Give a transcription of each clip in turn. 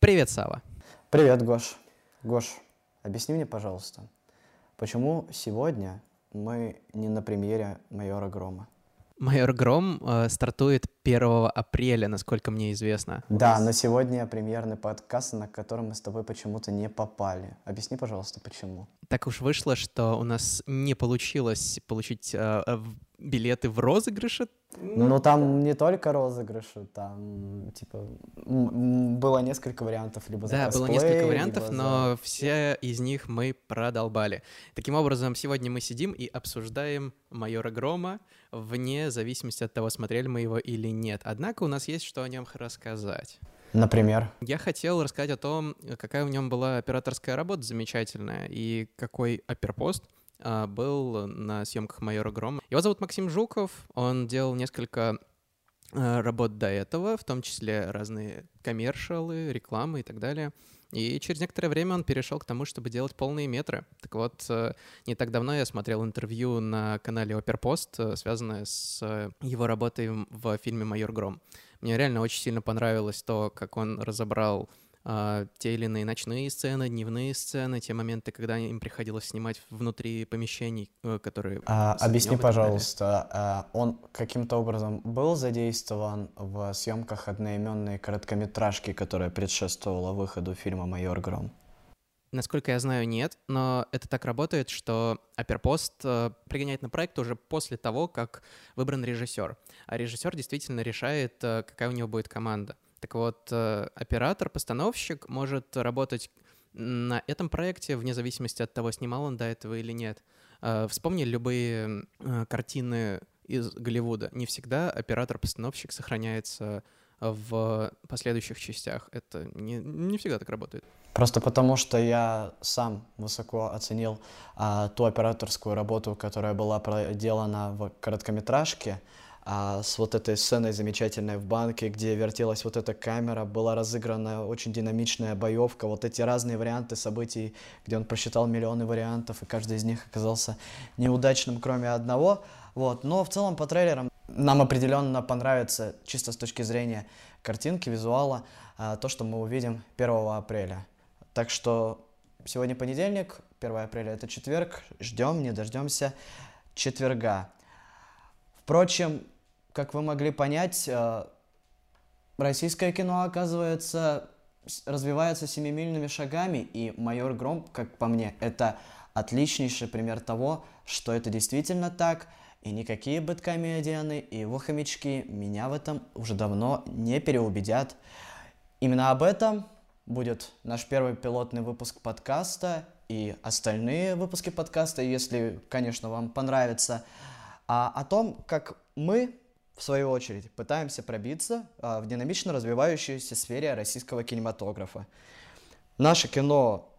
Привет, Сава. Привет, Гош. Гош, объясни мне, пожалуйста, почему сегодня мы не на премьере «Майора Грома»? «Майор Гром» стартует 1 апреля, насколько мне известно. Да, но сегодня премьерный подкаст, на который мы с тобой почему-то не попали. Объясни, пожалуйста, почему? Так уж вышло, что у нас не получилось получить билеты в розыгрыше. Ну, там не только розыгрыши, там, типа, было несколько вариантов, либо за Да, было косплей, несколько вариантов, либо но все из них мы продолбали. Таким образом, сегодня мы сидим и обсуждаем «Майора Грома» вне зависимости от того, смотрели мы его или нет. Однако у нас есть что о нем рассказать. Например? Я хотел рассказать о том, какая в нем была операторская работа замечательная и какой оперпост был на съемках «Майора Грома». Его зовут Максим Жуков, он делал несколько работ до этого, в том числе разные коммершалы, рекламы и так далее. И через некоторое время он перешел к тому, чтобы делать полные метры. Так вот, не так давно я смотрел интервью на канале Оперпост, связанное с его работой в фильме «Майор Гром». Мне реально очень сильно понравилось то, как он разобрал те или иные ночные сцены, дневные сцены, те моменты, когда им приходилось снимать внутри помещений, которые... Объясни, пожалуйста, он каким-то образом был задействован в съемках одноименной короткометражки, которая предшествовала выходу фильма «Майор Гром»? Насколько я знаю, нет, но это так работает, что оперпост пригоняет на проект уже после того, как выбран режиссер. А режиссер действительно решает, какая у него будет команда. Так вот, оператор-постановщик может работать на этом проекте вне зависимости от того, снимал он до этого или нет. Вспомни любые картины из Голливуда. Не всегда оператор-постановщик сохраняется в последующих частях. Это не всегда так работает. Просто потому, что я сам высоко оценил ту операторскую работу, которая была проделана в короткометражке, с вот этой сценой замечательной в банке, где вертелась вот эта камера, была разыграна очень динамичная боевка, вот эти разные варианты событий, где он просчитал миллионы вариантов, и каждый из них оказался неудачным, кроме одного. Вот. Но в целом по трейлерам нам определенно понравится, чисто с точки зрения картинки, визуала, то, что мы увидим 1 апреля. Так что сегодня понедельник, 1 апреля это четверг, ждем, не дождемся четверга. Впрочем, как вы могли понять, российское кино, оказывается, развивается семимильными шагами, и «Майор Гром», как по мне, это отличнейший пример того, что это действительно так, и никакие бэдкомедианы и его хомячки меня в этом уже давно не переубедят. Именно об этом будет наш первый пилотный выпуск подкаста и остальные выпуски подкаста, если, конечно, вам понравится, о том, как мы, в свою очередь, пытаемся пробиться в динамично развивающейся сфере российского кинематографа. Наше кино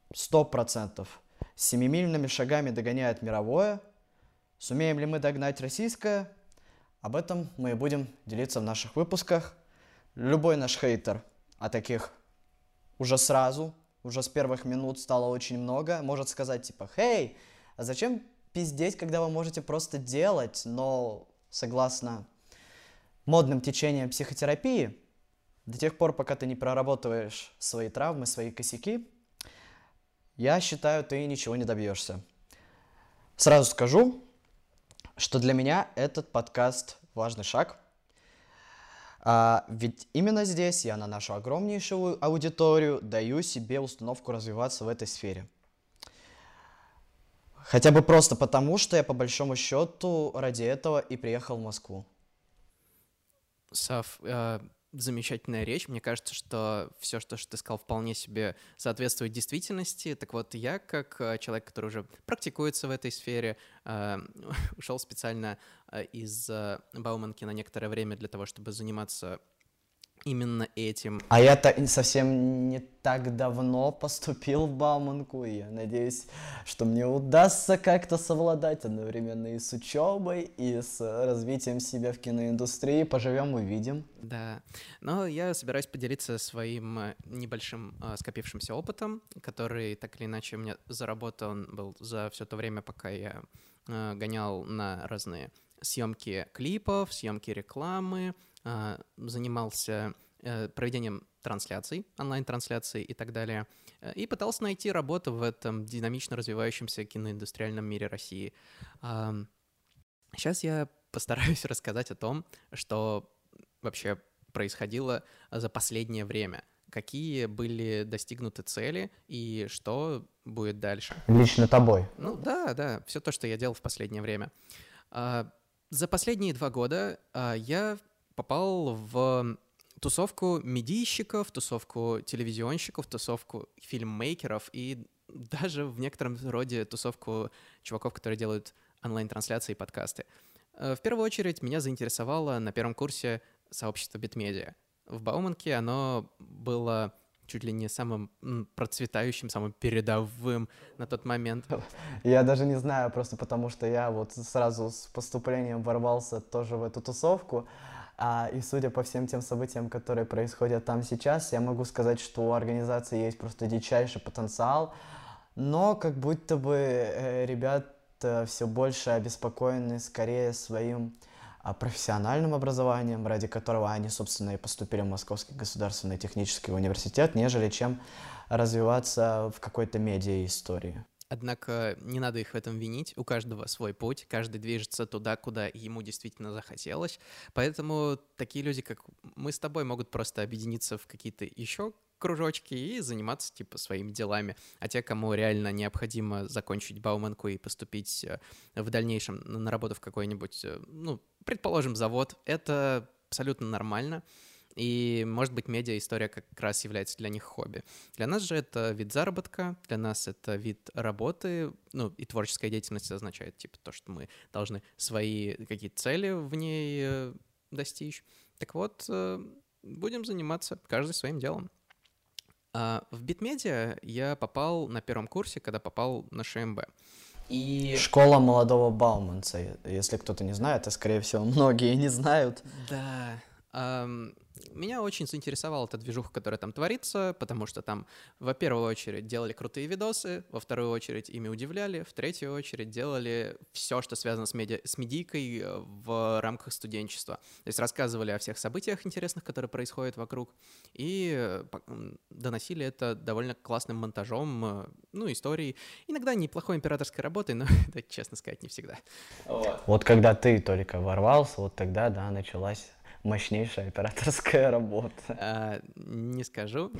100% семимильными шагами догоняет мировое. Сумеем ли мы догнать российское? Об этом мы и будем делиться в наших выпусках. Любой наш хейтер, а таких уже сразу, уже с первых минут стало очень много, может сказать типа: «Хей, а зачем пиздеть, когда вы можете просто делать?» Но согласно модным течениям психотерапии, до тех пор, пока ты не проработаешь свои травмы, свои косяки, я считаю, ты ничего не добьешься. Сразу скажу, что для меня этот подкаст важный шаг. Ведь именно здесь я на нашу огромнейшую аудиторию даю себе установку развиваться в этой сфере. Хотя бы просто потому, что я по большому счету ради этого и приехал в Москву. Сав, замечательная речь. Мне кажется, что все, что ты сказал, вполне себе соответствует действительности. Так вот, я, как человек, который уже практикуется в этой сфере, ушел специально из Бауманки на некоторое время для того, чтобы заниматься именно этим. А я-то совсем не так давно поступил в Бауманку, и я надеюсь, что мне удастся как-то совладать одновременно и с учебой, и с развитием себя в киноиндустрии. Поживем, увидим. Да, но я собираюсь поделиться своим небольшим скопившимся опытом, который так или иначе у меня заработан был за все то время, пока я гонял на разные съемки клипов, съемки рекламы, занимался проведением трансляций, онлайн-трансляций и так далее, и пытался найти работу в этом динамично развивающемся киноиндустриальном мире России. Сейчас я постараюсь рассказать о том, что вообще происходило за последнее время, какие были достигнуты цели и что будет дальше. Лично тобой? Ну да, все то, что я делал в последнее время. За последние 2 года я попал в тусовку медийщиков, тусовку телевизионщиков, тусовку фильммейкеров и даже в некотором роде тусовку чуваков, которые делают онлайн-трансляции и подкасты. В первую очередь меня заинтересовало на первом курсе сообщество Bitmedia. В Бауманке оно было чуть ли не самым процветающим, самым передовым на тот момент. Я даже не знаю, просто потому что я вот сразу с поступлением ворвался тоже в эту тусовку. И судя по всем тем событиям, которые происходят там сейчас, я могу сказать, что у организации есть просто дичайший потенциал, но как будто бы ребята все больше обеспокоены скорее своим профессиональным образованием, ради которого они, собственно, и поступили в Московский государственный технический университет, нежели чем развиваться в какой-то медиа-истории. Однако не надо их в этом винить, у каждого свой путь, каждый движется туда, куда ему действительно захотелось, поэтому такие люди, как мы с тобой, могут просто объединиться в какие-то еще кружочки и заниматься типа своими делами, а те, кому реально необходимо закончить Бауманку и поступить в дальнейшем на работу в какой-нибудь, предположим, завод, это абсолютно нормально. И, может быть, медиа-история как раз является для них хобби. Для нас же это вид заработка, для нас это вид работы, и творческая деятельность означает, типа, то, что мы должны свои какие-то цели в ней достичь. Так вот, будем заниматься каждый своим делом. В Bitmedia я попал на первом курсе, когда попал на ШМБ. Школа молодого Бауманца, если кто-то не знает, а скорее всего многие не знают. Да. Меня очень заинтересовала эта движуха, которая там творится, потому что там, во первую очередь, делали крутые видосы, во вторую очередь ими удивляли, в третью очередь делали все, что связано с медийкой в рамках студенчества. То есть рассказывали о всех событиях интересных, которые происходят вокруг, и доносили это довольно классным монтажом, историей. Иногда неплохой императорской работой, но это, честно сказать, не всегда. Вот когда ты только ворвался, вот тогда, да, началась мощнейшая операторская работа. Не скажу.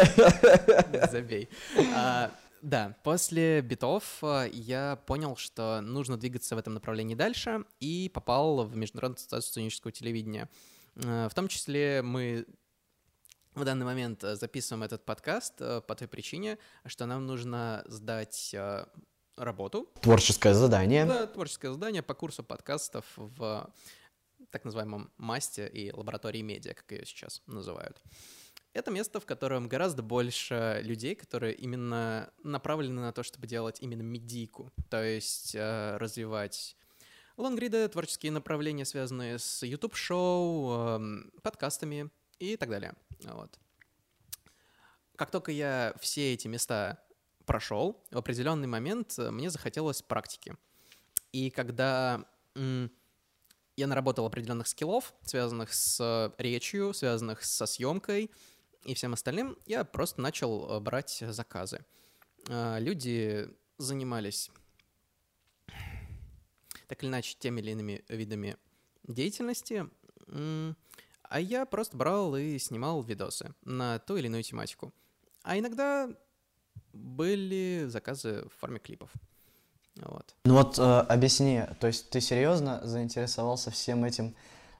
Забей. Да, после битов я понял, что нужно двигаться в этом направлении дальше, и попал в Международную ассоциацию студенческого телевидения. В том числе мы в данный момент записываем этот подкаст по той причине, что нам нужно сдать работу. Творческое задание. Да, творческое задание по курсу подкастов в так называемом МАСТе и лаборатории медиа, как ее сейчас называют. Это место, в котором гораздо больше людей, которые именно направлены на то, чтобы делать именно медийку, то есть развивать лонгриды, творческие направления, связанные с YouTube-шоу, подкастами и так далее. Вот. Как только я все эти места прошел, в определенный момент мне захотелось практики. И когда я наработал определенных скиллов, связанных с речью, связанных со съемкой и всем остальным, я просто начал брать заказы. Люди занимались так или иначе теми или иными видами деятельности, а я просто брал и снимал видосы на ту или иную тематику. А иногда были заказы в форме клипов. Вот. Объясни, то есть ты серьезно заинтересовался всем этим,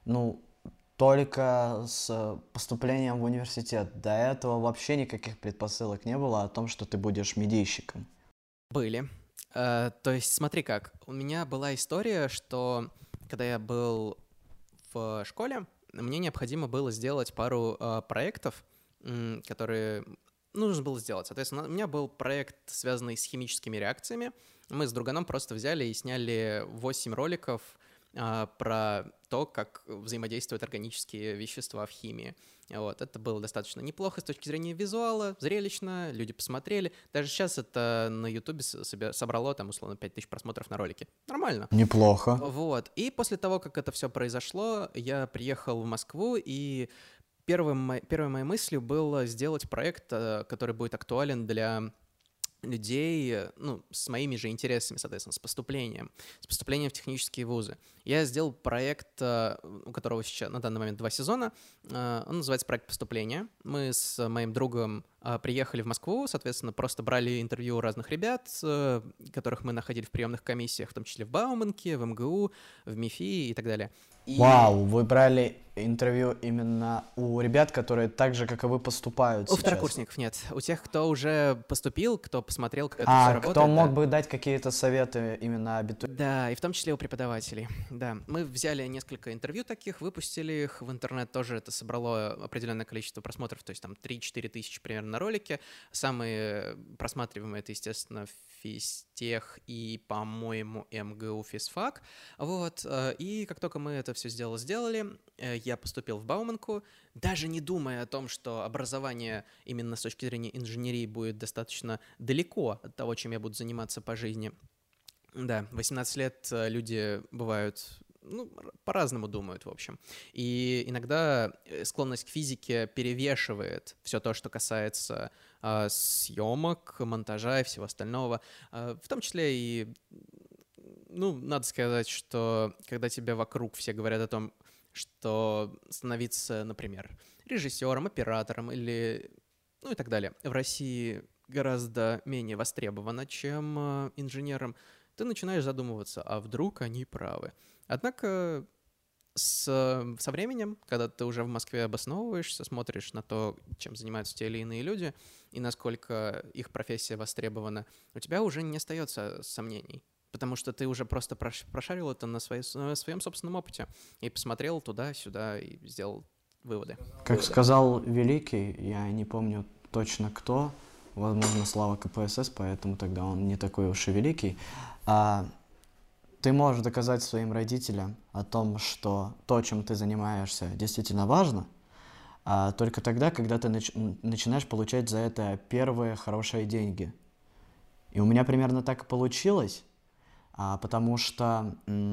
только с поступлением в университет? До этого вообще никаких предпосылок не было о том, что ты будешь медийщиком? Были. То есть смотри как, у меня была история, что когда я был в школе, мне необходимо было сделать пару проектов, которые нужно было сделать. Соответственно, у меня был проект, связанный с химическими реакциями. Мы с друганом просто взяли и сняли 8 роликов про то, как взаимодействуют органические вещества в химии. Вот. Это было достаточно неплохо с точки зрения визуала, зрелищно, люди посмотрели. Даже сейчас это на Ютубе собрало, там, условно, 5000 просмотров на ролике. Нормально. Неплохо. Вот. И после того, как это все произошло, я приехал в Москву и первой моей мыслью было сделать проект, который будет актуален для людей, ну, с моими же интересами, соответственно, с поступлением в технические вузы. Я сделал проект, у которого сейчас на данный момент 2 сезона. Он называется «Проект поступления». Мы с моим другом приехали в Москву, соответственно, просто брали интервью у разных ребят, которых мы находили в приемных комиссиях, в том числе в Бауманке, в МГУ, в МИФИ и так далее. Вау, вы брали интервью именно у ребят, которые так же, как и вы, поступают У сейчас? второкурсников нет. У тех, кто уже поступил, кто посмотрел, как это все работает. Кто мог бы дать какие-то советы именно абитуриентам? Да, и в том числе у преподавателей. Да, мы взяли несколько интервью таких, выпустили их в интернет, тоже это собрало определенное количество просмотров, то есть там 3-4 тысячи примерно на ролике. Самые просматриваемые — это, естественно, физтех и, по-моему, МГУ физфак. Вот, и как только мы это все сделали, я поступил в Бауманку, даже не думая о том, что образование именно с точки зрения инженерии будет достаточно далеко от того, чем я буду заниматься по жизни. Да, 18 лет люди бывают, ну, по-разному думают, в общем. И иногда склонность к физике перевешивает все то, что касается съемок, монтажа и всего остального. В том числе и, ну, надо сказать, что когда тебе вокруг все говорят о том, что становиться, например, режиссером, оператором или, ну и так далее, в России гораздо менее востребовано, чем инженером, ты начинаешь задумываться, а вдруг они правы. Однако со временем, когда ты уже в Москве обосновываешься, смотришь на то, чем занимаются те или иные люди, и насколько их профессия востребована, у тебя уже не остается сомнений. Потому что ты уже просто прошарил это на своем собственном опыте и посмотрел туда-сюда и сделал выводы. Как сказал великий, я не помню точно кто, возможно, Слава КПСС, поэтому тогда он не такой уж и великий. Ты можешь доказать своим родителям о том, что то, чем ты занимаешься, действительно важно, только тогда, когда ты начинаешь получать за это первые хорошие деньги. И у меня примерно так и получилось, потому что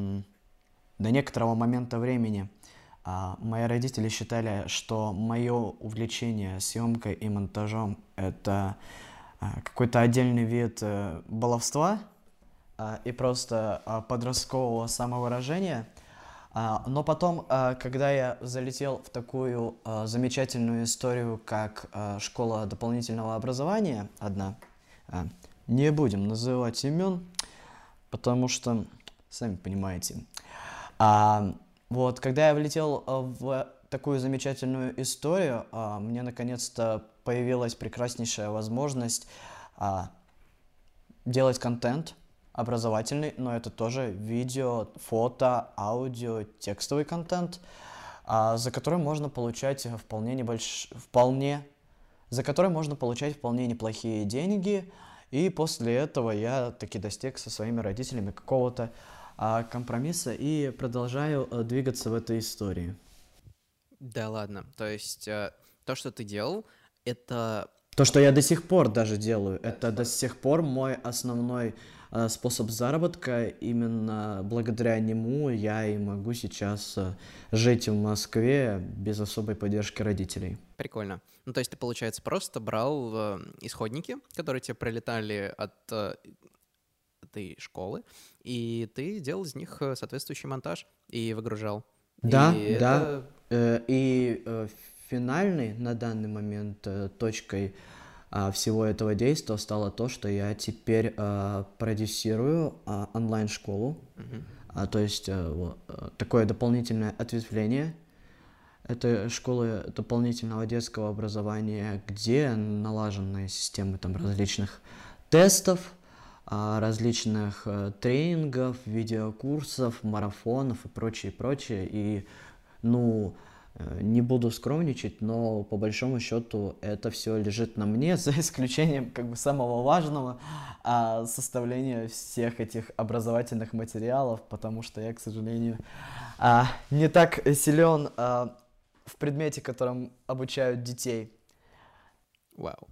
до некоторого момента времени мои родители считали, что мое увлечение съемкой и монтажом — это какой-то отдельный вид баловства и просто подросткового самовыражения. Но потом, когда я залетел в такую замечательную историю, как школа дополнительного образования одна, не будем называть имен, потому что, сами понимаете. Вот, когда я влетел в такую замечательную историю, мне наконец-то появилась прекраснейшая возможность делать контент образовательный, но это тоже видео, фото, аудио, текстовый контент, за который можно получать вполне неплохие деньги. И после этого я таки достиг со своими родителями какого-то компромисса и продолжаю двигаться в этой истории. Да ладно, то есть то, что ты делал, это... То, что я до сих пор даже делаю, это до сих пор мой основной способ заработка. Именно благодаря нему я и могу сейчас жить в Москве без особой поддержки родителей. Прикольно. Ну, то есть ты, получается, просто брал исходники, которые тебе прилетали от этой школы, и ты делал из них соответствующий монтаж и выгружал. Да, и да. И финальной на данный момент точкой всего этого действия стало то, что я теперь продюсирую онлайн-школу, то есть такое дополнительное ответвление этой школы дополнительного детского образования, где налажены системы там различных тестов, различных тренингов, видеокурсов, марафонов и прочее. И, не буду скромничать, но по большому счету это все лежит на мне, за исключением самого важного составления всех этих образовательных материалов, потому что я, к сожалению, не так силен в предмете, которым обучают детей. Вау.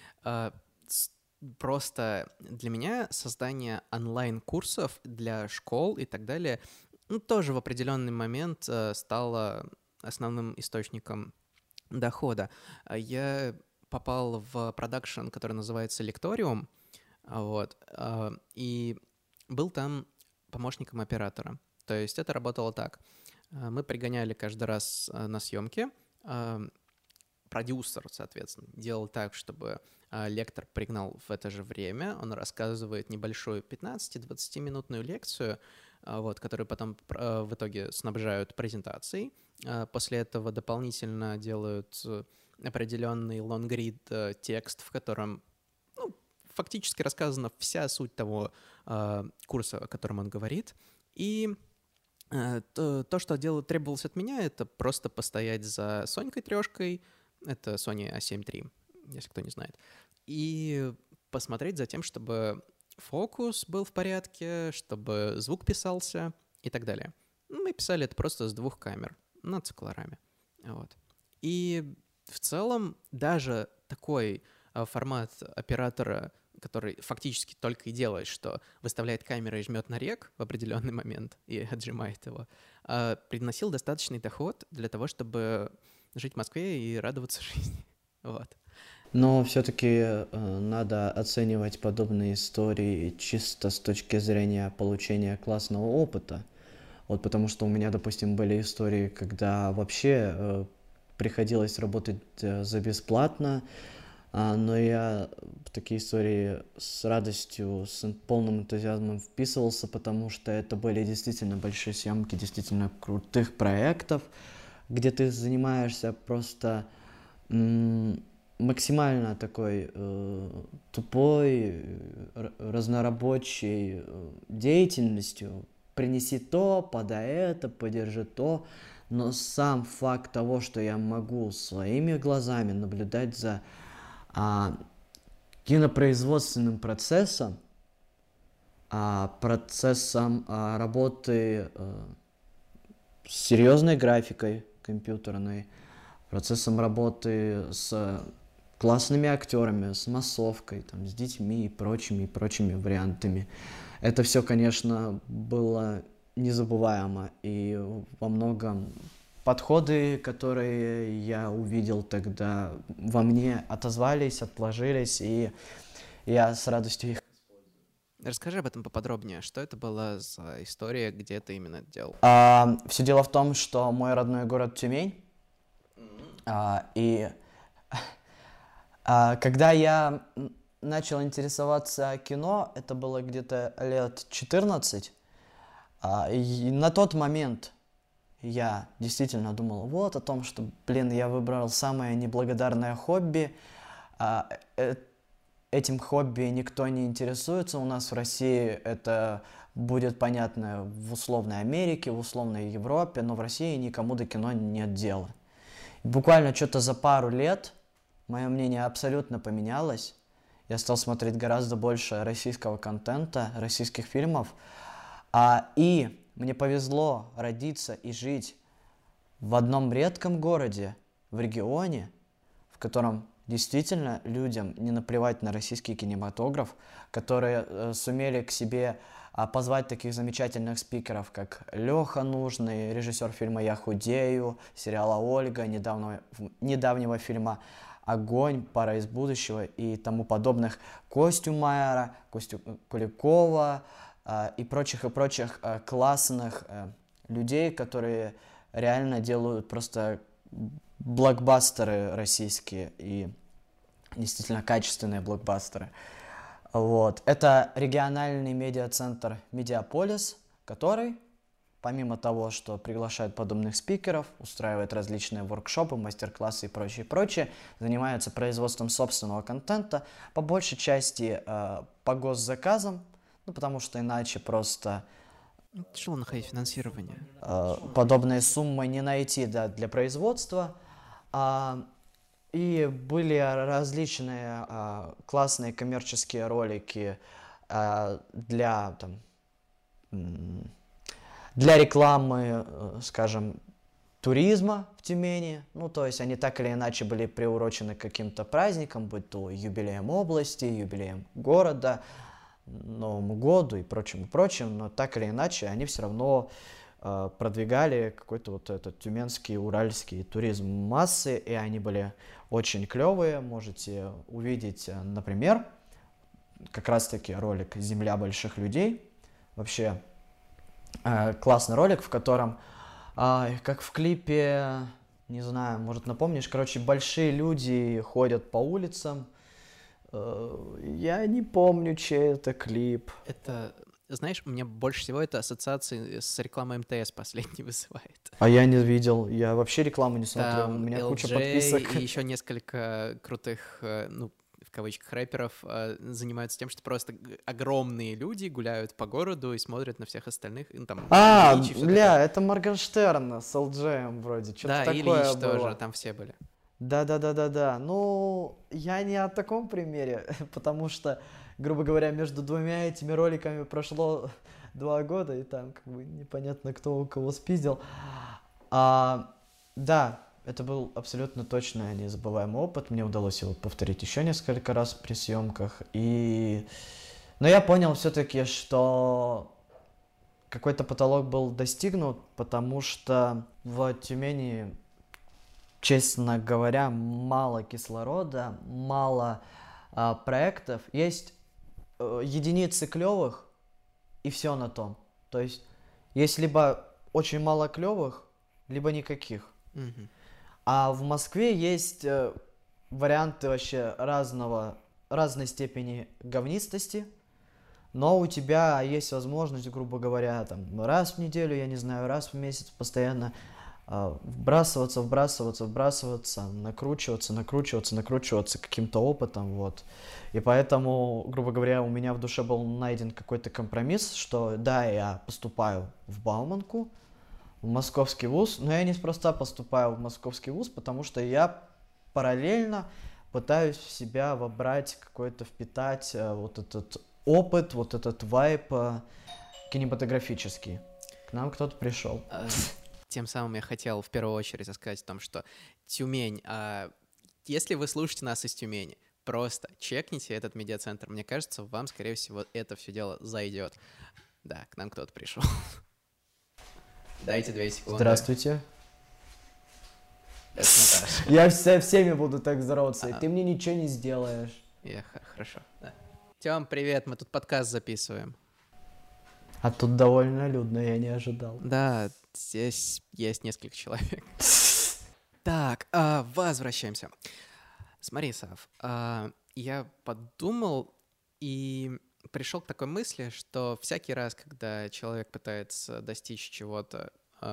Просто для меня создание онлайн-курсов для школ и так далее, тоже в определенный момент стало основным источником дохода. Я попал в продакшн, который называется «Лекториум», вот, и был там помощником оператора. То есть это работало так. Мы пригоняли каждый раз на съемки. Продюсер, соответственно, делал так, чтобы лектор пригнал в это же время. Он рассказывает небольшую 15-20-минутную лекцию, вот, которую потом в итоге снабжают презентацией. После этого дополнительно делают определенный лонгрид текст, в котором фактически рассказана вся суть того курса, о котором он говорит. И то, что требовалось от меня, это просто постоять за Сонькой трешкой, это Sony A7 III, если кто не знает, и посмотреть за тем, чтобы фокус был в порядке, чтобы звук писался и так далее. Мы писали это просто с 2 камер на циклораме. Вот. И в целом даже такой формат оператора, который фактически только и делает, что выставляет камеру и жмет на рек в определенный момент и отжимает его, приносил достаточный доход для того, чтобы жить в Москве и радоваться жизни. Вот. Но все-таки надо оценивать подобные истории чисто с точки зрения получения классного опыта. Вот потому что у меня, допустим, были истории, когда вообще приходилось работать за бесплатно, но я в такие истории с радостью, с полным энтузиазмом вписывался, потому что это были действительно большие съемки, действительно крутых проектов, где ты занимаешься просто максимально такой тупой, разнорабочей деятельностью. Принеси то, подай это, подержи то. Но сам факт того, что я могу своими глазами наблюдать за кинопроизводственным процессом, процессом работы с серьезной графикой компьютерной, процессом работы с классными актерами, с массовкой, там, с детьми и прочими вариантами. Это все, конечно, было незабываемо, и во многом подходы, которые я увидел тогда, во мне отозвались, отложились, и я с радостью их использую. Расскажи об этом поподробнее. Что это была за история, где ты именно это делал? Все дело в том, что мой родной город Тюмень, и когда я начал интересоваться кино, это было где-то лет 14, и на тот момент я действительно думал вот о том, что, я выбрал самое неблагодарное хобби, этим хобби никто не интересуется, у нас в России это будет понятно в условной Америке, в условной Европе, но в России никому до кино нет дела. И буквально что-то за пару лет мое мнение абсолютно поменялось. Я стал смотреть гораздо больше российского контента, российских фильмов. И мне повезло родиться и жить в одном редком городе, в регионе, в котором действительно людям не наплевать на российский кинематограф, которые сумели к себе позвать таких замечательных спикеров, как Леха Нужный, режиссер фильма «Я худею», сериала «Ольга», недавнего фильма «Огонь», «Пара из будущего» и тому подобных, Костю Майера, Костю Куликова и прочих классных людей, которые реально делают просто блокбастеры российские и действительно качественные блокбастеры. Вот. Это региональный медиацентр «Медиаполис», который, помимо того, что приглашает подобных спикеров, устраивает различные воркшопы, мастер-классы и прочее, занимается производством собственного контента, по большей части по госзаказам, потому что иначе просто Тяжело находить финансирование. Подобные суммы не найти для производства. И были различные классные коммерческие ролики для рекламы, скажем, туризма в Тюмени. То есть они так или иначе были приурочены к каким-то праздникам, будь то юбилеем области, юбилеем города, Новому году и прочим, но так или иначе они все равно продвигали какой-то вот этот тюменский, уральский туризм массы, и они были очень клевые. Можете увидеть, например, как раз-таки ролик «Земля больших людей». Вообще классный ролик, в котором, как в клипе, не знаю, может напомнишь, короче, большие люди ходят по улицам. Я не помню, чей это клип. Это, знаешь, у меня больше всего это ассоциации с рекламой МТС последний вызывает. А я не видел, я вообще рекламу не смотрю, у Там меня куча LJ подписок. и еще несколько крутых, ну, в кавычках, рэперов занимаются тем, что просто огромные люди гуляют по городу и смотрят на всех остальных. Ну, там, Ильич и всё Бля, такое. это Моргенштерн с LJ вроде, что-то Да, и такое Ильич тоже, было. там все были. Да. Ну, я не о таком примере, потому что, грубо говоря, между двумя этими роликами прошло 2 года, и там как бы непонятно, кто у кого спиздил. Да, это был абсолютно точно незабываемый опыт. Мне удалось его повторить еще несколько раз при съемках. Но я понял все-таки, что какой-то потолок был достигнут, потому что в Тюмени, честно говоря, мало кислорода, мало проектов. Есть единицы клевых, и все на том. То есть либо очень мало клевых, либо никаких. Мгм. А в Москве есть варианты вообще разной степени говнистости, но у тебя есть возможность, грубо говоря, там раз в неделю, я не знаю, раз в месяц постоянно вбрасываться, накручиваться каким-то опытом, вот. И поэтому, грубо говоря, у меня в душе был найден какой-то компромисс, что да, я поступаю в Бауманку, в московский вуз, но я неспроста поступаю в московский вуз, потому что я параллельно пытаюсь в себя вобрать какой-то, впитать вот этот опыт, вот этот вайб кинематографический. К нам кто-то пришел. Тем самым я хотел в первую очередь сказать о том, что Тюмень, если вы слушаете нас из Тюмени, просто чекните этот медиацентр. Мне кажется, вам, скорее всего, это все дело зайдет. Да, к нам кто-то пришел. Дайте 2 секунды. Здравствуйте. Это Наташа. Я всеми буду так здороваться, и ты мне ничего не сделаешь. Хорошо, да. Тём, привет, мы тут подкаст записываем. А тут довольно людно, я не ожидал. Да, здесь есть несколько человек. Так, возвращаемся. Смотри, Сав, я подумал и пришел к такой мысли, что всякий раз, когда человек пытается достичь чего-то,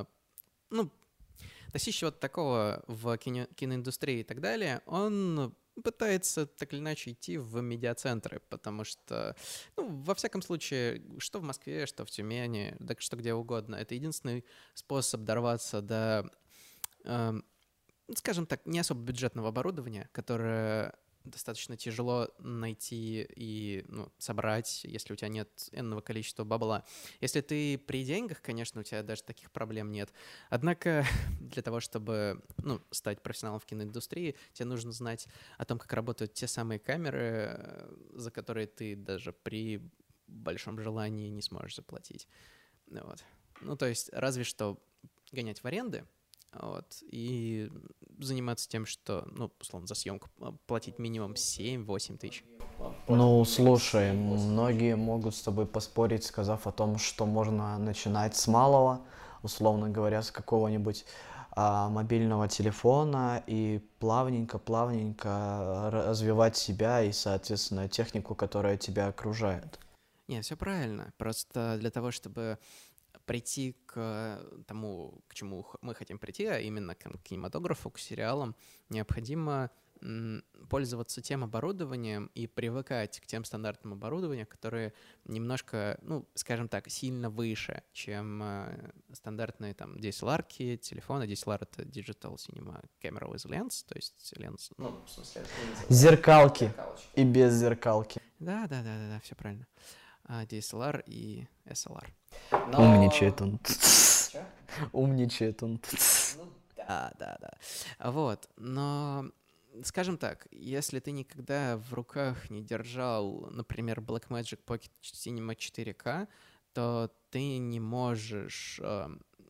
достичь чего-то такого в киноиндустрии и так далее, он пытается так или иначе идти в медиацентры, потому что, во всяком случае, что в Москве, что в Тюмени, да что где угодно, это единственный способ дорваться до, скажем так, не особо бюджетного оборудования, которое достаточно тяжело найти и собрать, если у тебя нет энного количества бабла. Если ты при деньгах, конечно, у тебя даже таких проблем нет. Однако для того, чтобы стать профессионалом в киноиндустрии, тебе нужно знать о том, как работают те самые камеры, за которые ты даже при большом желании не сможешь заплатить. Вот. То есть разве что гонять в аренды, и заниматься тем, что, условно, за съемку платить минимум 7-8 тысяч. Слушай, многие могут с тобой поспорить, сказав о том, что можно начинать с малого, условно говоря, с какого-нибудь мобильного телефона и плавненько развивать себя и, соответственно, технику, которая тебя окружает. Не, все правильно. Просто для того, чтобы прийти к тому, к чему мы хотим прийти, а именно к кинематографу, к сериалам, необходимо пользоваться тем оборудованием и привыкать к тем стандартам оборудования, которые немножко, скажем так, сильно выше, чем стандартные там DSLR-ки, телефоны. DSLR — это Digital Cinema Camera with Lens, то есть ленз, в смысле... Зеркалки и без зеркалки. Да, все правильно. DSLR и SLR. Умничает он. Умничает он. Да. Вот, но, скажем так, если ты никогда в руках не держал, например, Blackmagic Pocket Cinema 4K, то ты не можешь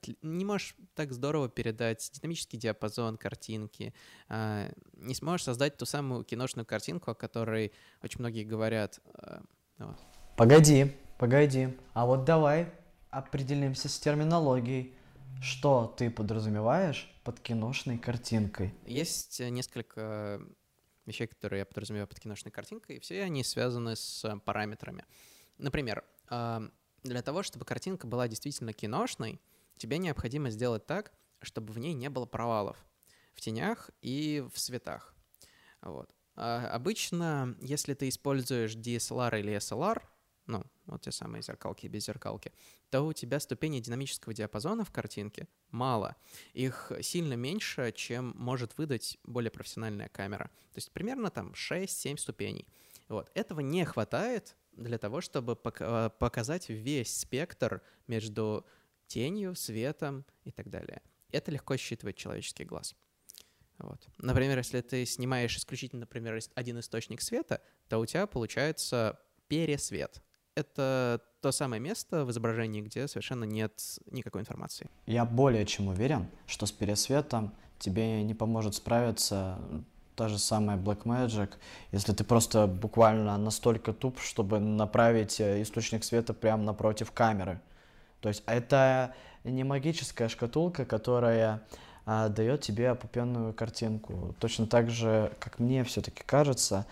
не можешь так здорово передать динамический диапазон картинки, не сможешь создать ту самую киношную картинку, о которой очень многие говорят. Вот. Погоди. А вот давай определимся с терминологией. Что ты подразумеваешь под киношной картинкой? Есть несколько вещей, которые я подразумеваю под киношной картинкой, и все они связаны с параметрами. Например, для того, чтобы картинка была действительно киношной, тебе необходимо сделать так, чтобы в ней не было провалов в тенях и в светах. Вот. Обычно, если ты используешь DSLR или SLR, ну, вот те самые зеркалки и беззеркалки, то у тебя ступеней динамического диапазона в картинке мало. Их сильно меньше, чем может выдать более профессиональная камера. То есть примерно там 6-7 ступеней. Вот. Этого не хватает для того, чтобы показать весь спектр между тенью, светом и так далее. Это легко считывает человеческий глаз. Вот. Например, если ты снимаешь исключительно, например, один источник света, то у тебя получается пересвет. Это то самое место в изображении, где совершенно нет никакой информации. Я более чем уверен, что с пересветом тебе не поможет справиться та же самая Blackmagic, если ты просто буквально настолько туп, чтобы направить источник света прямо напротив камеры. То есть это не магическая шкатулка, которая дает тебе опупенную картинку. Точно так же, как мне все-таки кажется,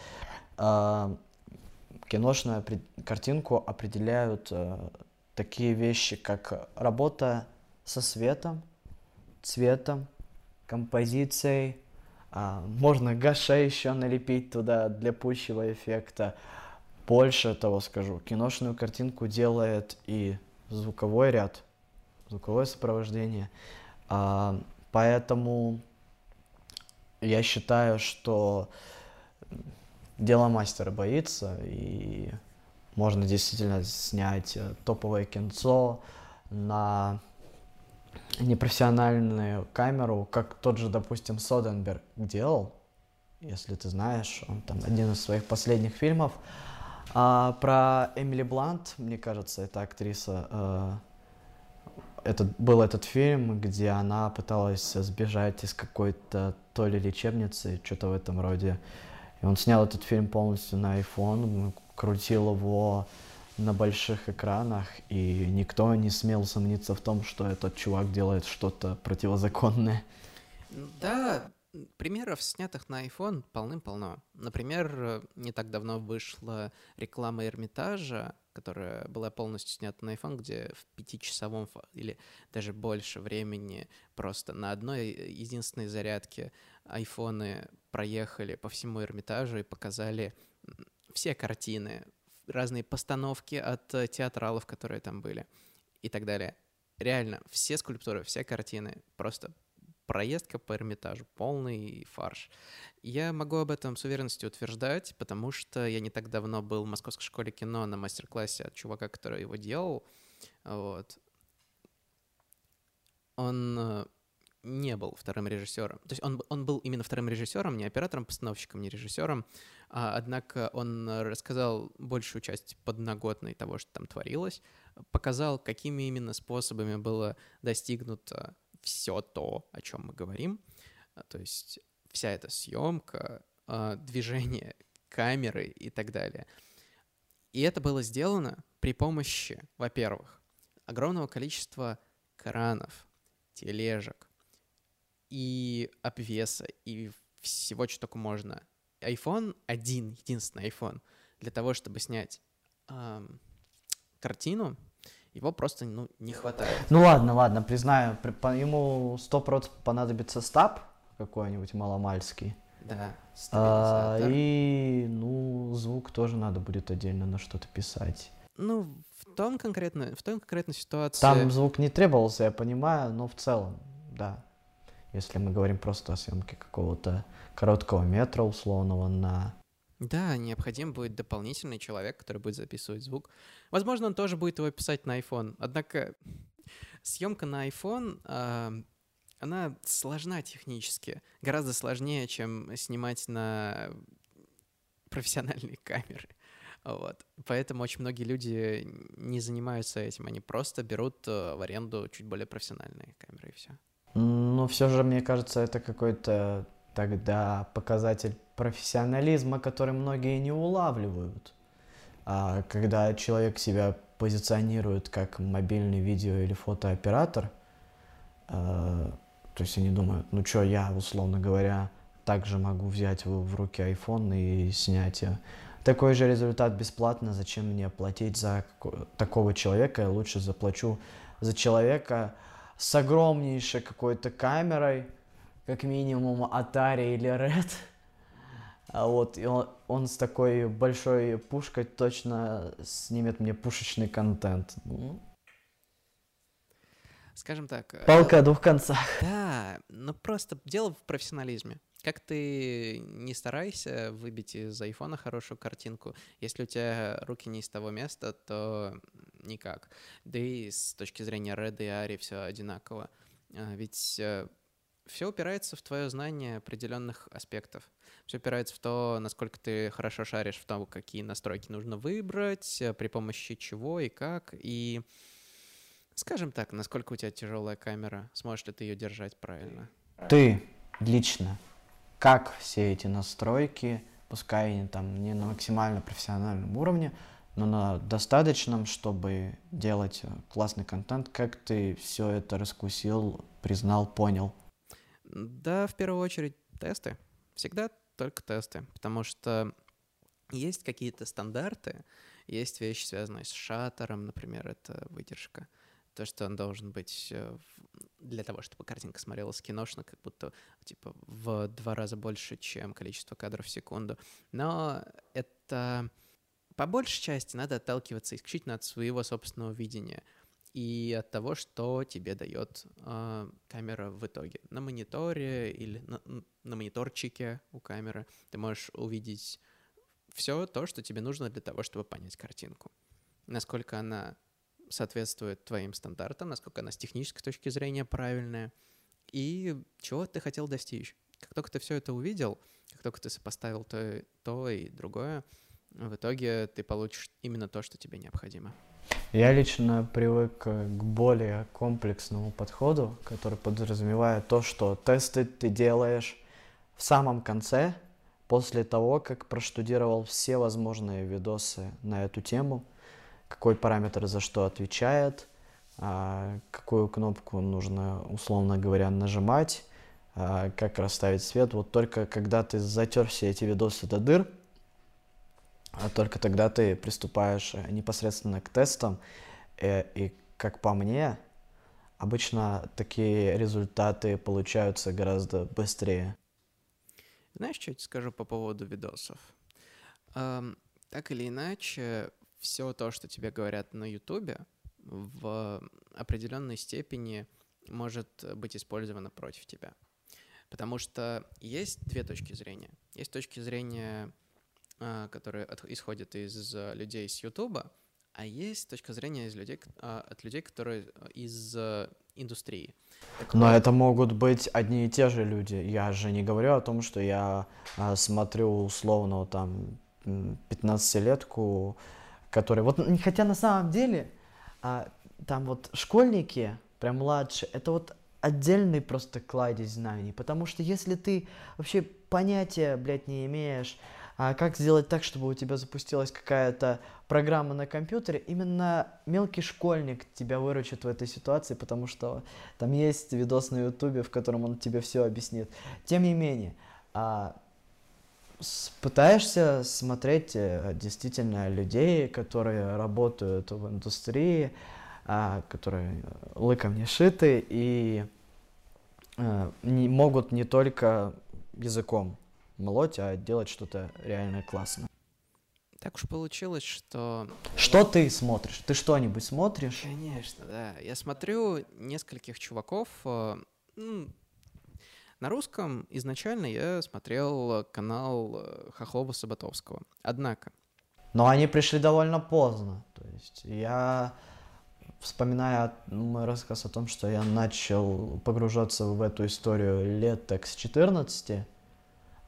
киношную картинку определяют такие вещи, как работа со светом, цветом, композицией. Можно гашей еще налепить туда для пущего эффекта. Больше того скажу, киношную картинку делает и звуковой ряд, звуковое сопровождение. Поэтому я считаю, что дело мастера боится, и можно действительно снять топовое кинцо на непрофессиональную камеру, как тот же, допустим, Соденберг делал, если ты знаешь, он там один из своих последних фильмов. Про Эмили Блант, мне кажется, эта актриса, был этот фильм, где она пыталась сбежать из какой-то то ли лечебницы, что-то в этом роде. И он снял этот фильм полностью на iPhone, крутил его на больших экранах, и никто не смел сомниться в том, что этот чувак делает что-то противозаконное. Да, примеров, снятых на iPhone, полным-полно. Например, не так давно вышла реклама Эрмитажа, которая была полностью снята на iPhone, где в 5-часовом или даже больше времени просто на одной единственной зарядке айфоны проехали по всему Эрмитажу и показали все картины, разные постановки от театралов, которые там были и так далее. Реально, все скульптуры, все картины, просто проездка по Эрмитажу, полный фарш. Я могу об этом с уверенностью утверждать, потому что я не так давно был в Московской школе кино на мастер-классе от чувака, который его делал. Вот. Он не был вторым режиссером. То есть он был именно вторым режиссером, не оператором-постановщиком, не режиссером. Однако он рассказал большую часть подноготной того, что там творилось, показал, какими именно способами было достигнуто все то, о чем мы говорим. То есть вся эта съемка, движение камеры и так далее. И это было сделано при помощи, во-первых, огромного количества кранов, тележек и обвеса, и всего, что только можно. iPhone, единственный iPhone, для того, чтобы снять картину, его просто не хватает. Ну ладно, признаю, ему 100% понадобится стаб какой-нибудь маломальский. Да, стабилизатор. И, звук тоже надо будет отдельно на что-то писать. В той конкретной ситуации... Там звук не требовался, я понимаю, но в целом, да. Если мы говорим просто о съемке какого-то короткого метра условного на... Да, необходим будет дополнительный человек, который будет записывать звук. Возможно, он тоже будет его писать на iPhone. Однако съемка на iPhone, она сложна технически. Гораздо сложнее, чем снимать на профессиональные камеры. Вот. Поэтому очень многие люди не занимаются этим, они просто берут в аренду чуть более профессиональные камеры, и все. Но все же, мне кажется, это какой-то тогда показатель профессионализма, который многие не улавливают. А когда человек себя позиционирует как мобильный видео или фотооператор, то есть они думают, ну что, я, условно говоря, также могу взять в руки iPhone и снять такой же результат бесплатно, зачем мне платить за такого человека, я лучше заплачу за человека с огромнейшей какой-то камерой, как минимум Atari или Red, а вот и он с такой большой пушкой точно снимет мне пушечный контент. Скажем так, Палка о двух концах. да, но просто дело в профессионализме. Как ты не старайся выбить из айфона хорошую картинку, если у тебя руки не из того места, то никак. Да и с точки зрения Red и Ari все одинаково. Ведь все упирается в твое знание определенных аспектов. Все упирается в то, насколько ты хорошо шаришь в том, какие настройки нужно выбрать, при помощи чего и как. И, скажем так, насколько у тебя тяжелая камера, сможешь ли ты ее держать правильно. Ты лично, как все эти настройки, пускай они там не на максимально профессиональном уровне, но на достаточном, чтобы делать классный контент, как ты все это раскусил, признал, понял? Да, в первую очередь тесты. Всегда только тесты, потому что есть какие-то стандарты, есть вещи, связанные с шаттером, например, это выдержка. То, что он должен быть для того, чтобы картинка смотрелась киношно, как будто типа в 2 раза больше, чем количество кадров в секунду. Но это по большей части надо отталкиваться исключительно от своего собственного видения и от того, что тебе дает камера в итоге. На мониторе или на мониторчике у камеры ты можешь увидеть все то, что тебе нужно для того, чтобы понять картинку. Насколько она соответствует твоим стандартам, насколько она с технической точки зрения правильная, и чего ты хотел достичь. Как только ты все это увидел, как только ты сопоставил то и другое, в итоге ты получишь именно то, что тебе необходимо. Я лично привык к более комплексному подходу, который подразумевает то, что тесты ты делаешь в самом конце, после того, как проштудировал все возможные видосы на эту тему, какой параметр за что отвечает, какую кнопку нужно, условно говоря, нажимать, как расставить свет. Вот только когда ты затер все эти видосы до дыр, только тогда ты приступаешь непосредственно к тестам. И как по мне, обычно такие результаты получаются гораздо быстрее. Знаешь, что я тебе скажу по поводу видосов? Так или иначе, все то, что тебе говорят на Ютубе, в определенной степени может быть использовано против тебя. Потому что есть 2 точки зрения. Есть точки зрения, которые исходят из людей с Ютуба, а есть точка зрения от людей, которые из индустрии. Но это могут быть одни и те же люди. Я же не говорю о том, что я смотрю условно там 15-летку, который... Вот, хотя на самом деле там вот школьники, прям младшие, это вот отдельный просто кладезь знаний. Потому что если ты вообще понятия, блядь, не имеешь, как сделать так, чтобы у тебя запустилась какая-то программа на компьютере, именно мелкий школьник тебя выручит в этой ситуации, потому что там есть видос на ютубе, в котором он тебе все объяснит. Тем не менее, пытаешься смотреть действительно людей, которые работают в индустрии, которые лыком не шиты и могут не только языком молоть, а делать что-то реально классное. Так уж получилось, что... Что ты смотришь? Ты что-нибудь смотришь? Конечно, да. Я смотрю нескольких чуваков. На русском изначально я смотрел канал Хохлова-Саботовского. Однако... Но они пришли довольно поздно. То есть я, вспоминая мой рассказ о том, что я начал погружаться в эту историю лет так с 14,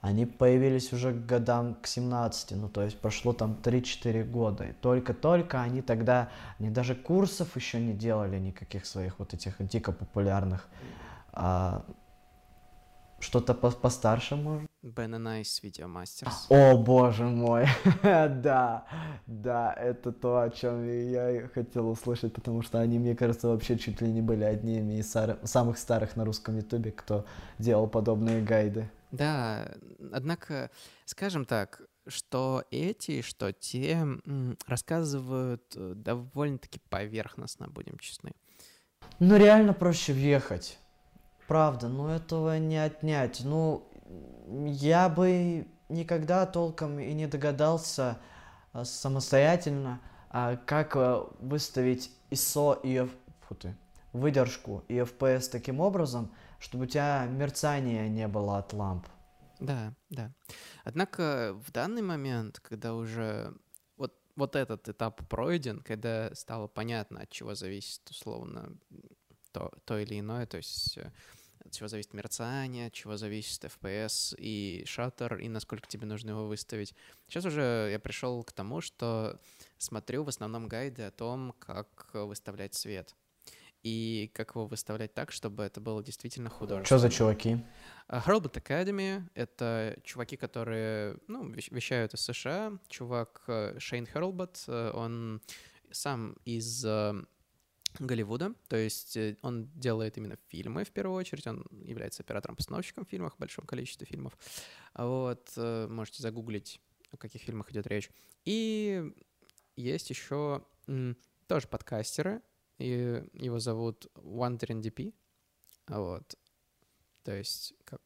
они появились уже к годам к 17, ну то есть прошло там 3-4 года. И только-только они тогда, они даже курсов еще не делали никаких своих вот этих дико популярных. А что-то постарше, может? Ben Ice Video Masters. О, боже мой, да, да, это то, о чем я и хотел услышать, потому что они, мне кажется, вообще чуть ли не были одними из самых старых на русском ютубе, кто делал подобные гайды. Да, однако, скажем так, что эти, что те рассказывают довольно-таки поверхностно, будем честны. Ну, реально проще въехать. Правда, ну этого не отнять. Ну, я бы никогда толком и не догадался самостоятельно, как выставить ISO и выдержку и FPS таким образом, чтобы у тебя мерцания не было от ламп. Да, да. Однако в данный момент, когда уже вот этот этап пройден, когда стало понятно, от чего зависит условно то или иное, то есть от чего зависит мерцание, от чего зависит FPS и шаттер, и насколько тебе нужно его выставить. Сейчас уже я пришел к тому, что смотрю в основном гайды о том, как выставлять свет. И как его выставлять так, чтобы это было действительно художественно. Что за чуваки? Hurlbut Academy — это чуваки, которые вещают из США. Чувак Шейн Hurlbut, он сам из Голливуда, то есть он делает именно фильмы в первую очередь, он является оператором-постановщиком в фильмах, в большом количестве фильмов. Вот, можете загуглить, о каких фильмах идет речь. И есть еще тоже подкастеры, и его зовут Wandering DP, вот, то есть как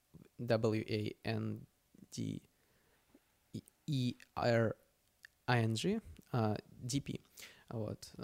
WANDERING, DP, вот.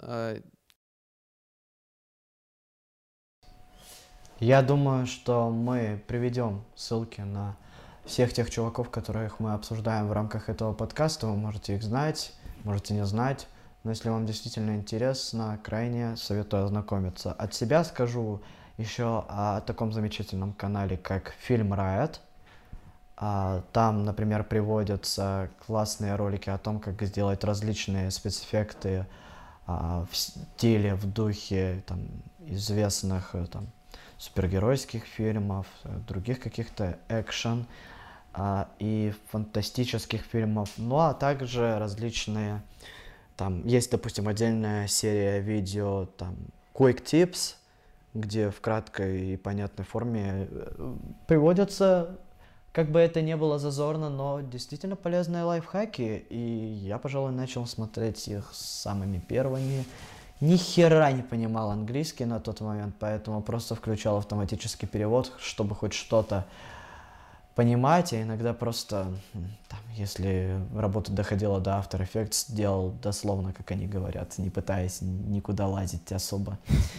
Я думаю, что мы приведем ссылки на всех тех чуваков, которых мы обсуждаем в рамках этого подкаста. Вы можете их знать, можете не знать. Но если вам действительно интересно, крайне советую ознакомиться. От себя скажу еще о таком замечательном канале, как Film Riot. Там, например, приводятся классные ролики о том, как сделать различные спецэффекты в стиле, в духе там, известных там, супергеройских фильмов, других каких-то экшен и фантастических фильмов. Ну а также различные... Там есть, допустим, отдельная серия видео, там, Quick Tips, где в краткой и понятной форме приводятся, как бы это ни было зазорно, но действительно полезные лайфхаки. И я, пожалуй, начал смотреть их самыми первыми. Ни хера не понимал английский на тот момент, поэтому просто включал автоматический перевод, чтобы хоть что-то понимать, а иногда просто, там, если работа доходила до After Effects, делал дословно, как они говорят, не пытаясь никуда лазить особо.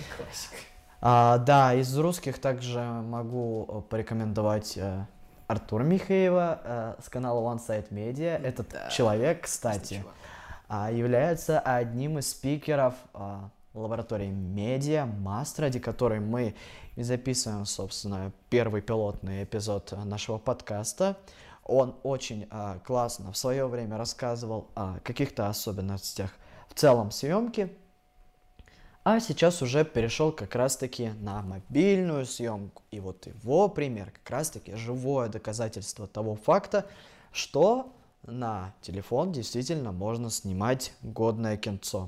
Да, из русских также могу порекомендовать Артура Михеева с канала One Side Media. Этот человек, кстати, является одним из спикеров лаборатории медиа МАСТ, ради которой мы и записываем, собственно, первый пилотный эпизод нашего подкаста. Он очень классно в свое время рассказывал о каких-то особенностях в целом съемки, а сейчас уже перешел как раз-таки на мобильную съемку. И вот его пример как раз-таки живое доказательство того факта, что на телефон действительно можно снимать годное кинцо.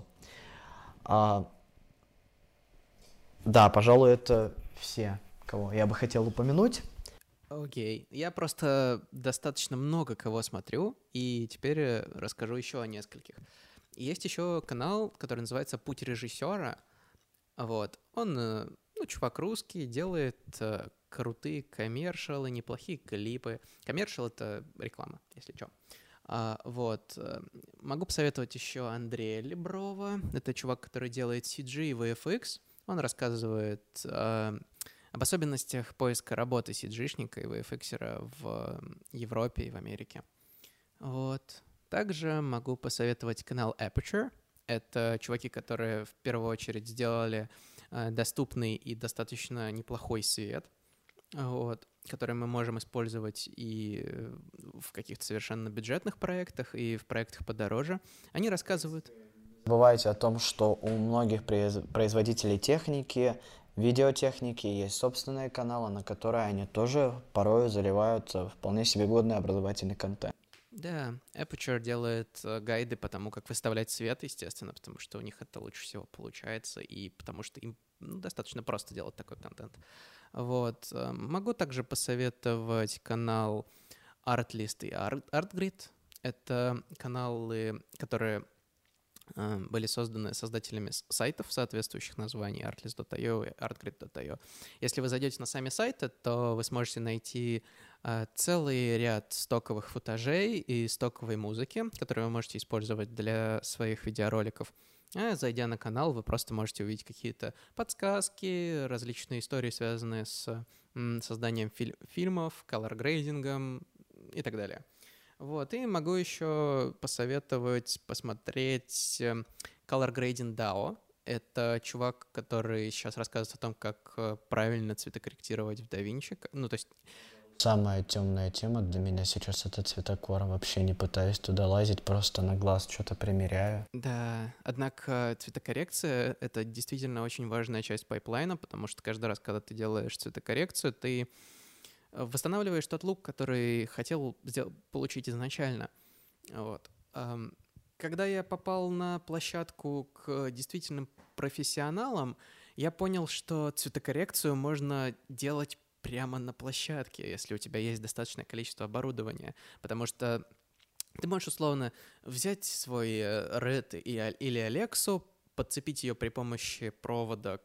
Да, пожалуй, это все, кого я бы хотел упомянуть. Окей. Я просто достаточно много кого смотрю, и теперь расскажу еще о нескольких. Есть еще канал, который называется «Путь режиссера». Вот. Он, чувак русский, делает крутые коммершалы, неплохие клипы. Коммершал — это реклама, если что. Вот. Могу посоветовать еще Андрея Леброва. Это чувак, который делает CG и VFX. Он рассказывает об особенностях поиска работы CG-шника и VFX-ера в Европе и в Америке. Вот. Также могу посоветовать канал Aperture. Это чуваки, которые в первую очередь сделали доступный и достаточно неплохой свет. вот, которые мы можем использовать и в каких-то совершенно бюджетных проектах, и в проектах подороже. Они рассказывают... Забывайте о том, что у многих производителей техники, видеотехники есть собственные каналы, на которые они тоже порою заливают вполне себе годный образовательный контент. Да, Aperture делает гайды по тому, как выставлять свет, естественно, потому что у них это лучше всего получается, и потому что им достаточно просто делать такой контент. Вот. Могу также посоветовать канал Artlist и Artgrid. Это каналы, которые были созданы создателями сайтов соответствующих названий artlist.io и artgrid.io. Если вы зайдете на сами сайты, то вы сможете найти целый ряд стоковых футажей и стоковой музыки, которые вы можете использовать для своих видеороликов. А зайдя на канал, вы просто можете увидеть какие-то подсказки, различные истории, связанные с созданием фильмов, колор-грейдингом и так далее. Вот, и могу еще посоветовать посмотреть Color Grading DAO. Это чувак, который сейчас рассказывает о том, как правильно цветокорректировать в DaVinci. Ну, то есть... Самая темная тема для меня сейчас это цветокор. Вообще не пытаюсь туда лазить, просто на глаз что-то примеряю. Да, однако цветокоррекция — это действительно очень важная часть пайплайна, потому что каждый раз, когда ты делаешь цветокоррекцию, ты восстанавливаешь тот лук, который хотел получить изначально. Вот. Когда я попал на площадку к действительным профессионалам, я понял, что цветокоррекцию можно делать прямо на площадке, если у тебя есть достаточное количество оборудования, потому что ты можешь условно взять свой Red или Alexa, подцепить ее при помощи провода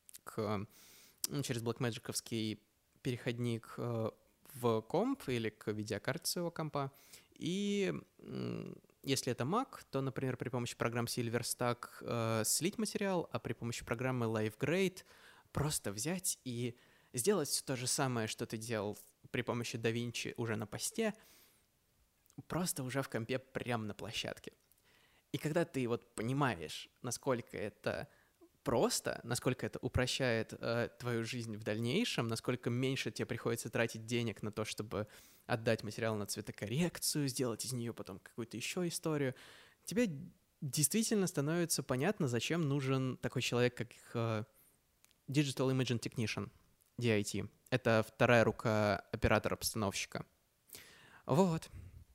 через Blackmagic-овский переходник в комп или к видеокарте своего компа. И если это Mac, то, например, при помощи программ Silverstack слить материал, а при помощи программы LiveGrade просто взять и сделать все то же самое, что ты делал при помощи DaVinci уже на посте, просто уже в компе прямо на площадке. И когда ты вот понимаешь, насколько это просто, насколько это упрощает твою жизнь в дальнейшем, насколько меньше тебе приходится тратить денег на то, чтобы отдать материал на цветокоррекцию, сделать из нее потом какую-то еще историю, тебе действительно становится понятно, зачем нужен такой человек, как Digital Imaging Technician, DIT. Это вторая рука оператора-постановщика. Вот.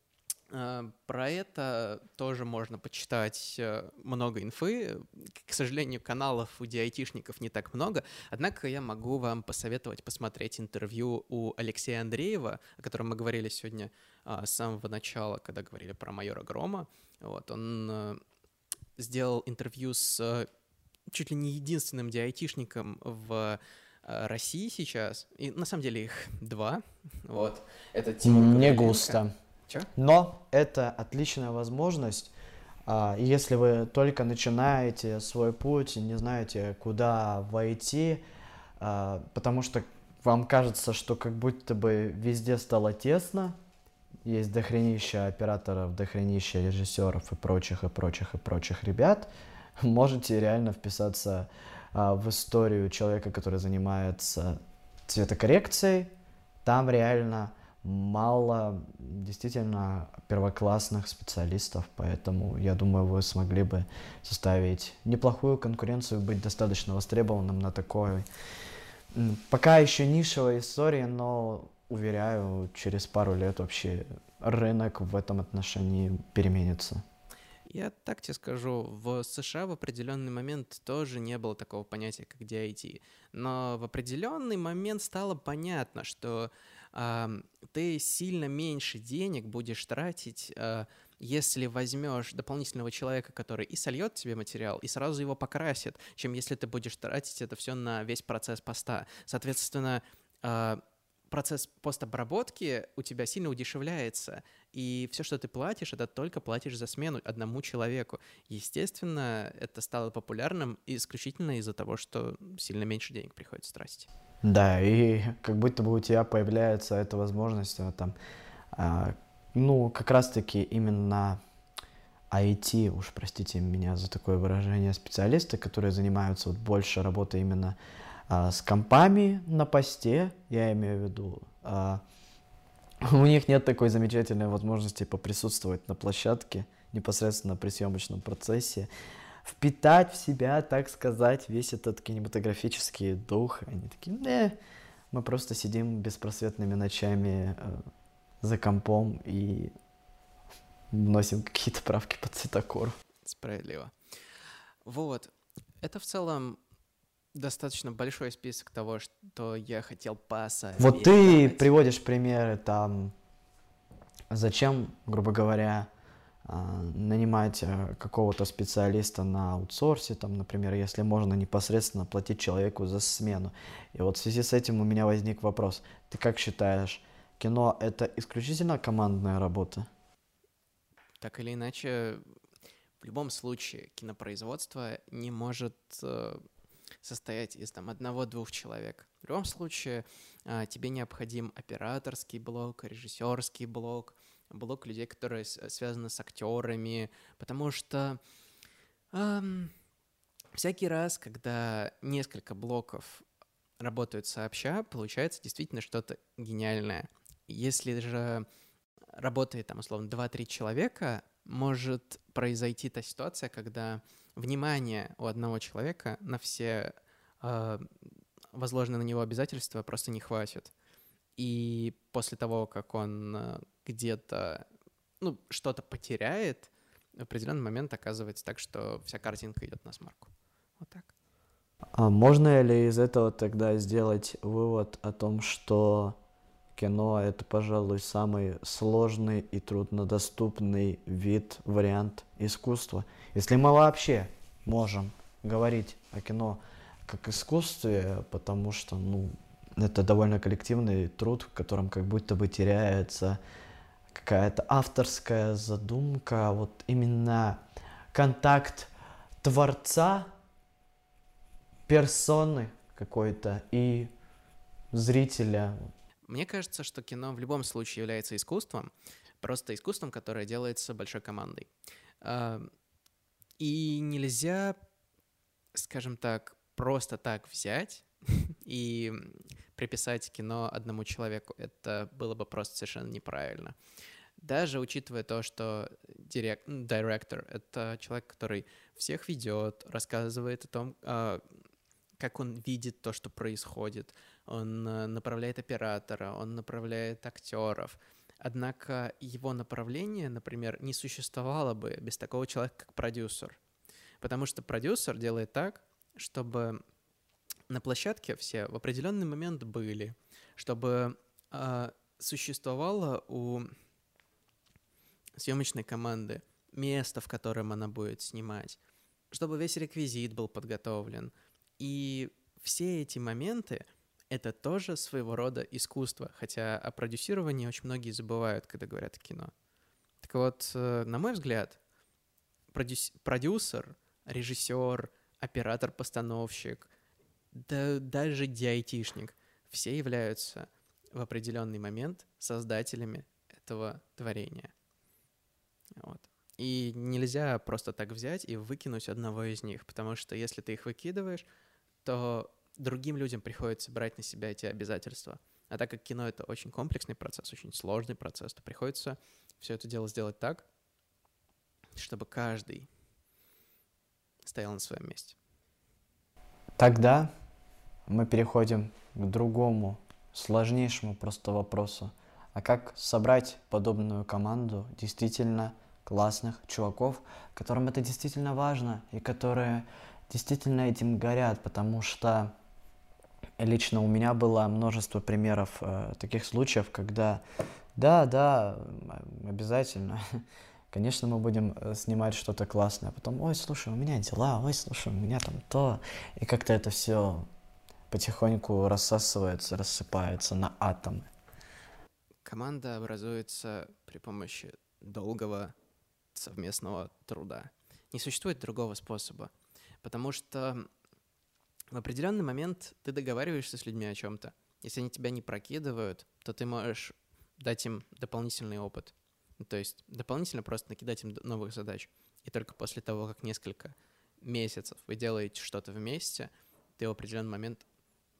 Про это тоже можно почитать много инфы. К сожалению, каналов у DIT-шников не так много, однако я могу вам посоветовать посмотреть интервью у Алексея Андреева, о котором мы говорили сегодня с самого начала, когда говорили про майора Грома. Вот, он сделал интервью с чуть ли не единственным DIT-шником в России сейчас, и на самом деле их два. Вот. Это Тимур Не Гавриленко. густо. Чё? Но это отличная возможность, если вы только начинаете свой путь, не знаете, куда войти, потому что вам кажется, что как будто бы везде стало тесно, есть дохренища операторов, дохренища режиссеров и прочих ребят, можете реально вписаться в историю человека, который занимается цветокоррекцией. Там реально мало действительно первоклассных специалистов, поэтому я думаю, вы смогли бы составить неплохую конкуренцию, быть достаточно востребованным на такой пока еще нишевой истории, но, уверяю, через пару лет вообще рынок в этом отношении переменится. Я так тебе скажу, в США в определенный момент тоже не было такого понятия, как DIT, но в определенный момент стало понятно, что ты сильно меньше денег будешь тратить, если возьмешь дополнительного человека, который и сольет тебе материал, и сразу его покрасит, чем если ты будешь тратить это все на весь процесс поста. Соответственно, процесс постобработки у тебя сильно удешевляется, и все, что ты платишь, это только платишь за смену одному человеку. Естественно, это стало популярным исключительно из-за того, что сильно меньше денег приходится тратить. Да, и как будто бы у тебя появляется эта возможность там, как раз-таки именно IT, уж простите меня за такое выражение, специалисты, которые занимаются больше работой именно с компами на посте, я имею в виду, у них нет такой замечательной возможности поприсутствовать на площадке, непосредственно при съемочном процессе, впитать в себя, так сказать, весь этот кинематографический дух. Они такие, мы просто сидим беспросветными ночами за компом и вносим какие-то правки по цветокору. Справедливо. Вот. Это в целом достаточно большой список того, что я хотел посоветовать. Вот ты приводишь примеры там, зачем, грубо говоря, нанимать какого-то специалиста на аутсорсе, там, например, если можно непосредственно платить человеку за смену. И вот в связи с этим у меня возник вопрос. Ты как считаешь, кино — это исключительно командная работа? Так или иначе, в любом случае кинопроизводство не может состоять из там одного-двух человек. В любом случае тебе необходим операторский блок, режиссерский блок людей, которые связаны с актерами, потому что всякий раз, когда несколько блоков работают сообща, получается действительно что-то гениальное. Если же работает там условно 2-3 человека, может произойти та ситуация, когда внимание у одного человека на все возложенные на него обязательства просто не хватит. И после того, как он где-то что-то потеряет, в определенный момент оказывается так, что вся картинка идет на смарку. Вот так. А можно ли из этого тогда сделать вывод о том, что кино — это, пожалуй, самый сложный и труднодоступный вариант искусства? Если мы вообще можем говорить о кино как искусстве, потому что, это довольно коллективный труд, в котором как будто бы теряется какая-то авторская задумка, вот именно контакт творца, персоны какой-то и зрителя. Мне кажется, что кино в любом случае является искусством, просто искусством, которое делается большой командой. И нельзя, скажем так, просто так взять и приписать кино одному человеку. Это было бы просто совершенно неправильно. Даже учитывая то, что директор — это человек, который всех ведет, рассказывает о том, как он видит то, что происходит. Он направляет оператора, он направляет актеров. Однако его направление, например, не существовало бы без такого человека, как продюсер. Потому что продюсер делает так, чтобы на площадке все в определенный момент были, чтобы существовало у съемочной команды место, в котором она будет снимать, чтобы весь реквизит был подготовлен. И все эти моменты — это тоже своего рода искусство, хотя о продюсировании очень многие забывают, когда говорят о кино. Так вот, на мой взгляд, продюсер, режиссер, оператор-постановщик, да даже DIT-шник — все являются в определенный момент создателями этого творения. Вот. И нельзя просто так взять и выкинуть одного из них, потому что если ты их выкидываешь, то другим людям приходится брать на себя эти обязательства. А так как кино — это очень комплексный процесс, очень сложный процесс, то приходится все это дело сделать так, чтобы каждый стоял на своем месте. Тогда мы переходим к другому, сложнейшему просто вопросу. А как собрать подобную команду действительно классных чуваков, которым это действительно важно и которые действительно этим горят, потому что лично у меня было множество примеров таких случаев, когда да, обязательно, конечно, мы будем снимать что-то классное, а потом, ой, слушай, у меня дела, ой, слушай, у меня там то, и как-то это все потихоньку рассасывается, рассыпается на атомы. Команда образуется при помощи долгого совместного труда. Не существует другого способа, потому что в определенный момент ты договариваешься с людьми о чем-то. Если они тебя не прокидывают, то ты можешь дать им дополнительный опыт. То есть дополнительно просто накидать им новых задач. И только после того, как несколько месяцев вы делаете что-то вместе, ты в определенный момент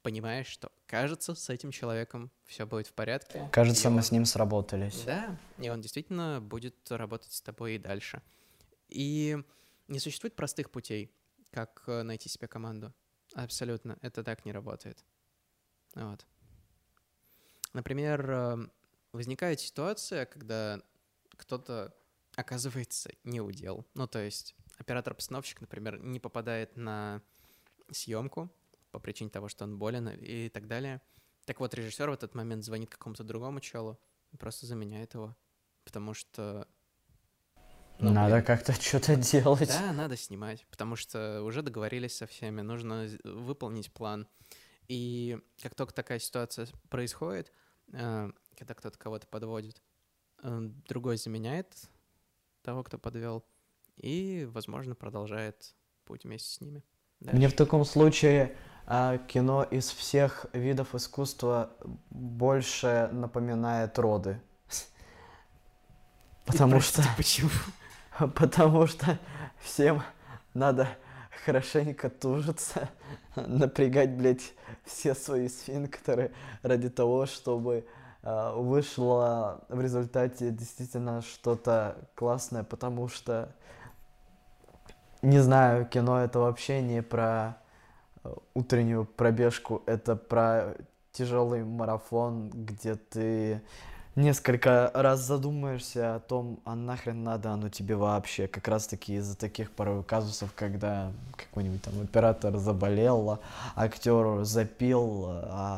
понимаешь, что, кажется, с этим человеком все будет в порядке. Кажется, мы с ним сработались. Да, и он действительно будет работать с тобой и дальше. И не существует простых путей, как найти себе команду. Абсолютно, это так не работает. Вот. Например, возникает ситуация, когда кто-то оказывается не у дел. Ну, то есть оператор-постановщик, например, не попадает на съемку по причине того, что он болен и так далее. Так вот, режиссер в этот момент звонит какому-то другому челу и просто заменяет его, потому что... Надо как-то что-то делать. Да, надо снимать, потому что уже договорились со всеми, нужно выполнить план. И как только такая ситуация происходит, когда кто-то кого-то подводит, другой заменяет того, кто подвел, и, возможно, продолжает путь вместе с ними. Дальше. Мне в таком случае кино из всех видов искусства больше напоминает роды. Потому что... Почему? Потому что всем надо хорошенько тужиться, напрягать, блядь, все свои сфинктеры ради того, чтобы вышло в результате действительно что-то классное, потому что, не знаю, кино это вообще не про утреннюю пробежку, это про тяжелый марафон, где ты несколько раз задумаешься о том, а нахрен надо оно тебе вообще. Как раз таки из-за таких порой казусов, когда какой-нибудь там оператор заболел, актер запил,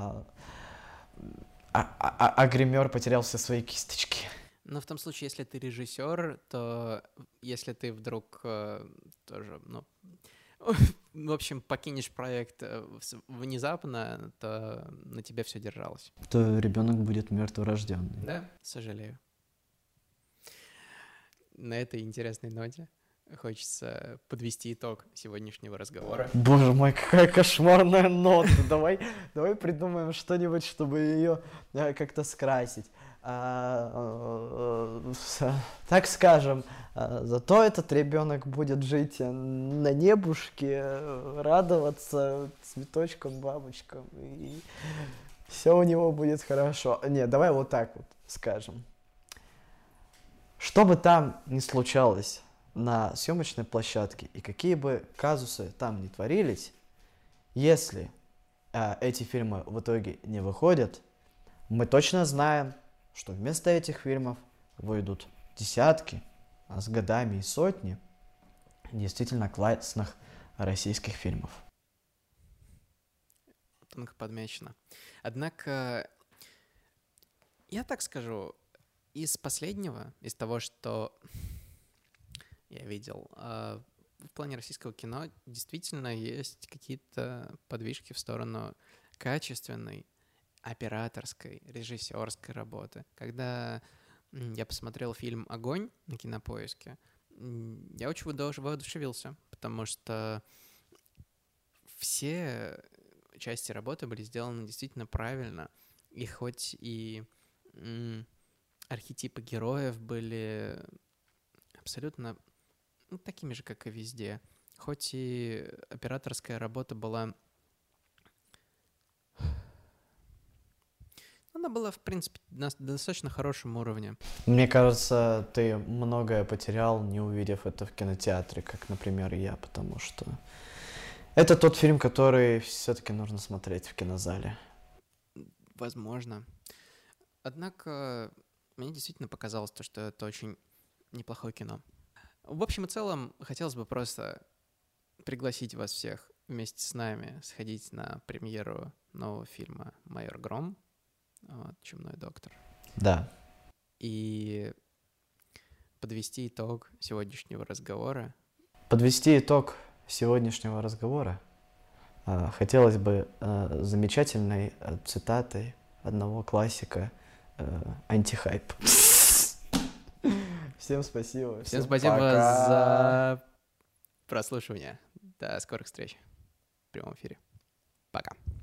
а гример потерял все свои кисточки. Но в том случае, если ты режиссер, то если ты вдруг тоже, ну, в общем, покинешь проект внезапно, то на тебя все держалось. То ребенок будет мертворожденный. Да, сожалею. На этой интересной ноте хочется подвести итог сегодняшнего разговора. Боже мой, какая кошмарная нота. Давай придумаем что-нибудь, чтобы ее как-то скрасить. Так скажем, зато этот ребенок будет жить на небушке, радоваться цветочкам, бабочкам, и все у него будет хорошо. Не, давай вот так вот скажем. Что бы там ни случалось на съемочной площадке и какие бы казусы там ни творились, если эти фильмы в итоге не выходят, мы точно знаем, что вместо этих фильмов выйдут десятки, а с годами и сотни действительно классных российских фильмов. Тонко подмечено. Однако, я так скажу, из последнего, из того, что я видел, в плане российского кино действительно есть какие-то подвижки в сторону качественной операторской, режиссерской работы. Когда я посмотрел фильм «Огонь» на Кинопоиске, я очень воодушевился, потому что все части работы были сделаны действительно правильно, и хоть и архетипы героев были абсолютно такими же, как и везде, хоть и операторская работа была... Она была, в принципе, на достаточно хорошем уровне. Мне кажется, ты многое потерял, не увидев это в кинотеатре, как, например, я, потому что это тот фильм, который все-таки нужно смотреть в кинозале. Возможно. Однако мне действительно показалось то, что это очень неплохое кино. В общем и целом, хотелось бы просто пригласить вас всех вместе с нами сходить на премьеру нового фильма «Майор Гром», вот, «Чумной доктор». Да. И подвести итог сегодняшнего разговора. Подвести итог сегодняшнего разговора хотелось бы замечательной цитатой одного классика «Антихайп». Всем спасибо. Всем спасибо за прослушивание. До скорых встреч в прямом эфире. Пока.